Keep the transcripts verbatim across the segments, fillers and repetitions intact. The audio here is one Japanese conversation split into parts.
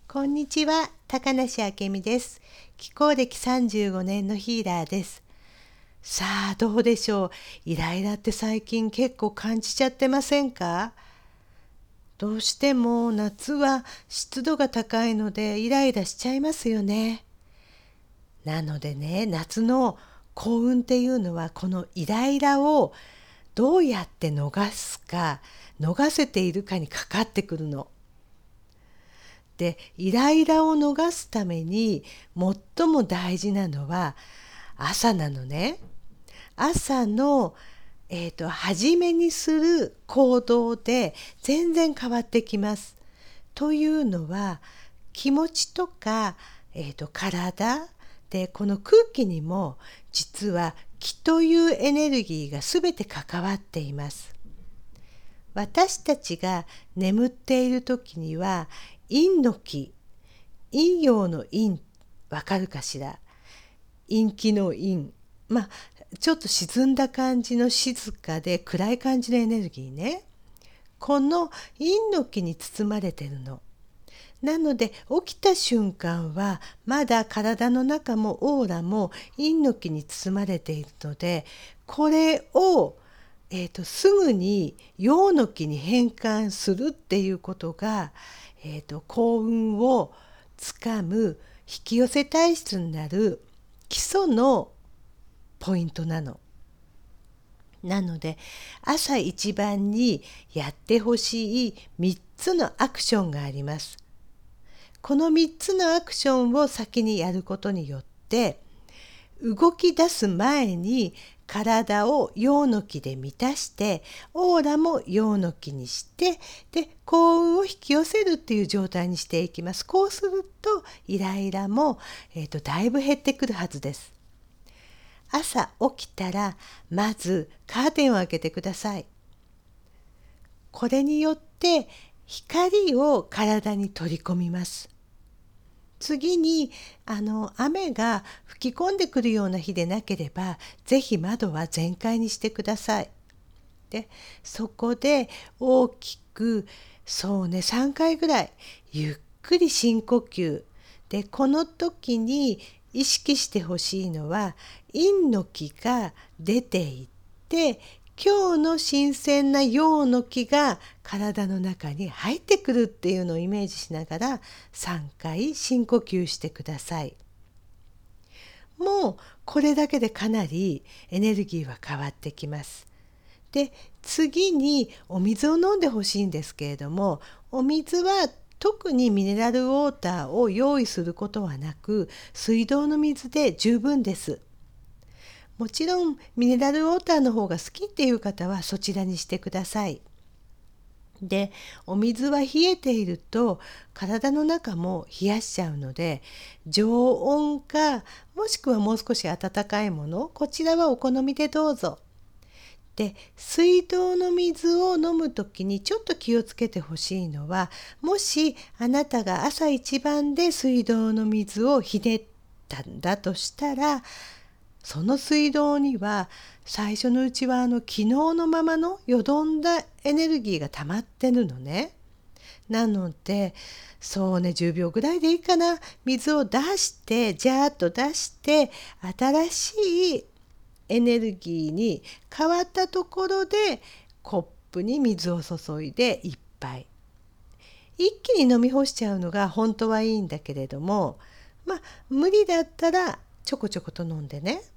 こんにちは、高梨明美です。気候歴さんじゅうごねんのヒーラーです。さあ、どうでしょう。イライラって最近結構感じちゃってませんか？どうしても夏は湿度が高いのでイライラしちゃいますよね。なのでね、夏の幸運っていうのはこのイライラをどうやって逃すか、逃せているかにかかってくるの。で、イライラを逃すために最も大事なのは朝なのね。朝の、えーと、初めにする行動で全然変わってきます。というのは気持ちとか、えーと、体でこの空気にも実は気というエネルギーがすべて関わっています。私たちが眠っている時には陰の気、陰陽の陰、わかるかしら？陰気の陰。まあ、ちょっと沈んだ感じの静かで暗い感じのエネルギーね。この陰の気に包まれてるの。なので起きた瞬間はまだ体の中もオーラも陰の気に包まれているので、これをえーと、すぐに陽の気に変換するっていうことが、えーと、幸運をつかむ引き寄せ体質になる基礎のポイントなの。なので朝一番にやってほしいみっつのアクションがあります。このみっつのアクションを先にやることによって動き出す前に体を陽の気で満たしてオーラも陽の気にしてで幸運を引き寄せるっていう状態にしていきます。こうするとイライラも、えーと、だいぶ減ってくるはずです。朝起きたらまずカーテンを開けてください。これによって光を体に取り込みます。次にあの雨が吹き込んでくるような日でなければぜひ窓は全開にしてください。でそこで大きくそうねさんかいぐらいゆっくり深呼吸で、この時に意識してほしいのは陰の気が出ていって今日の新鮮な陽の気が体の中に入ってくるっていうのをイメージしながらさんかい深呼吸してください。もうこれだけでかなりエネルギーは変わってきます。で、次にお水を飲んでほしいんですけれども、お水は特にミネラルウォーターを用意することはなく、水道の水で十分です。もちろんミネラルウォーターの方が好きっていう方はそちらにしてください。で、お水は冷えていると体の中も冷やしちゃうので、常温かもしくはもう少し温かいもの、こちらはお好みでどうぞ。で、水道の水を飲むときにちょっと気をつけてほしいのは、もしあなたが朝一番で水道の水をひねったんだとしたら、その水道には最初のうちはあの昨日のままのよどんだエネルギーが溜まってるのね。なのでそうねじゅうびょうぐらいでいいかな、水を出してジャーッと出して新しいエネルギーに変わったところでコップに水を注いでいっぱい一気に飲み干しちゃうのが本当はいいんだけれども、まあ無理だったらちょこちょこと飲んでね。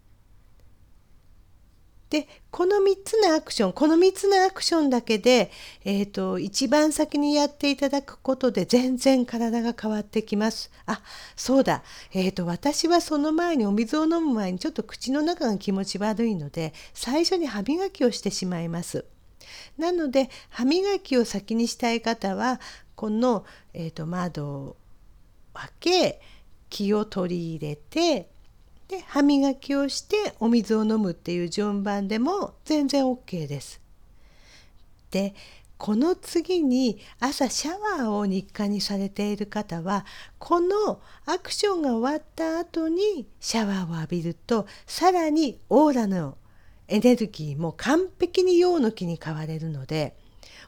でこのみっつのアクションこのみっつのアクションだけで、えーと、一番先にやっていただくことで全然体が変わってきます。あ、そうだ、えーと、私はその前にお水を飲む前にちょっと口の中が気持ち悪いので最初に歯磨きをしてしまいます。なので歯磨きを先にしたい方はこの、えーと、窓を開け気を取り入れてで歯磨きをしてお水を飲むっていう順番でも全然 OK です。でこの次に朝シャワーを日課にされている方はこのアクションが終わった後にシャワーを浴びるとさらにオーラのエネルギーも完璧に陽の気に変われるので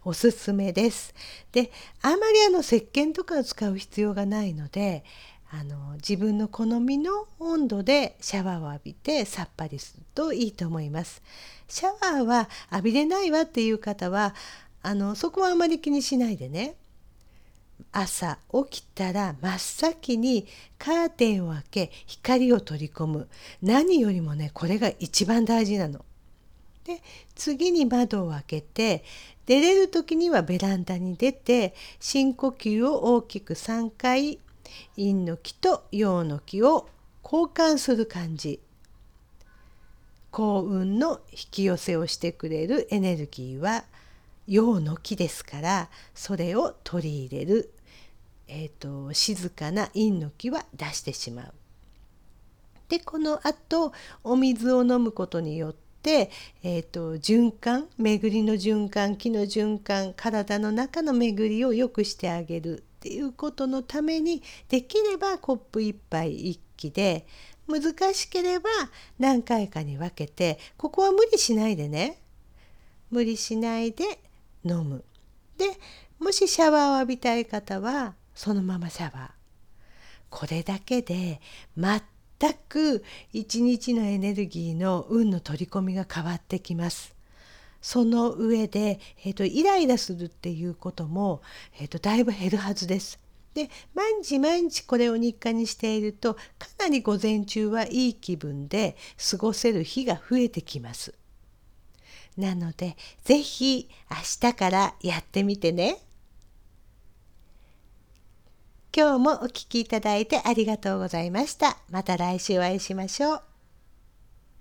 おすすめです。で、あまりあの石鹸とかを使う必要がないので、あの自分の好みの温度でシャワーを浴びてさっぱりするといいと思います。シャワーは浴びれないわっていう方は、あのそこはあまり気にしないでね。朝起きたら真っ先にカーテンを開け光を取り込む。何よりもね、これが一番大事なの。で、次に窓を開けて、出れる時にはベランダに出て深呼吸を大きくさんかい、陰の気と陽の気を交換する感じ。幸運の引き寄せをしてくれるエネルギーは陽の気ですから、それを取り入れる、えーと、静かな陰の気は出してしまう。で、このあとお水を飲むことによって、えーと、循環、巡りの循環、気の循環、体の中の巡りを良くしてあげるっていうことのために、できればコップ一杯一気で、難しければ何回かに分けて、ここは無理しないでね。無理しないで飲む。で、もしシャワーを浴びたい方はそのままシャワー。これだけで全く一日のエネルギーの運の取り込みが変わってきます。その上で、えーと、イライラするっていうことも、えーと、だいぶ減るはずです。で、毎日毎日これを日課にしていると、かなり午前中はいい気分で過ごせる日が増えてきます。なので、ぜひ明日からやってみてね。今日もお聞きいただいてありがとうございました。また来週お会いしましょう。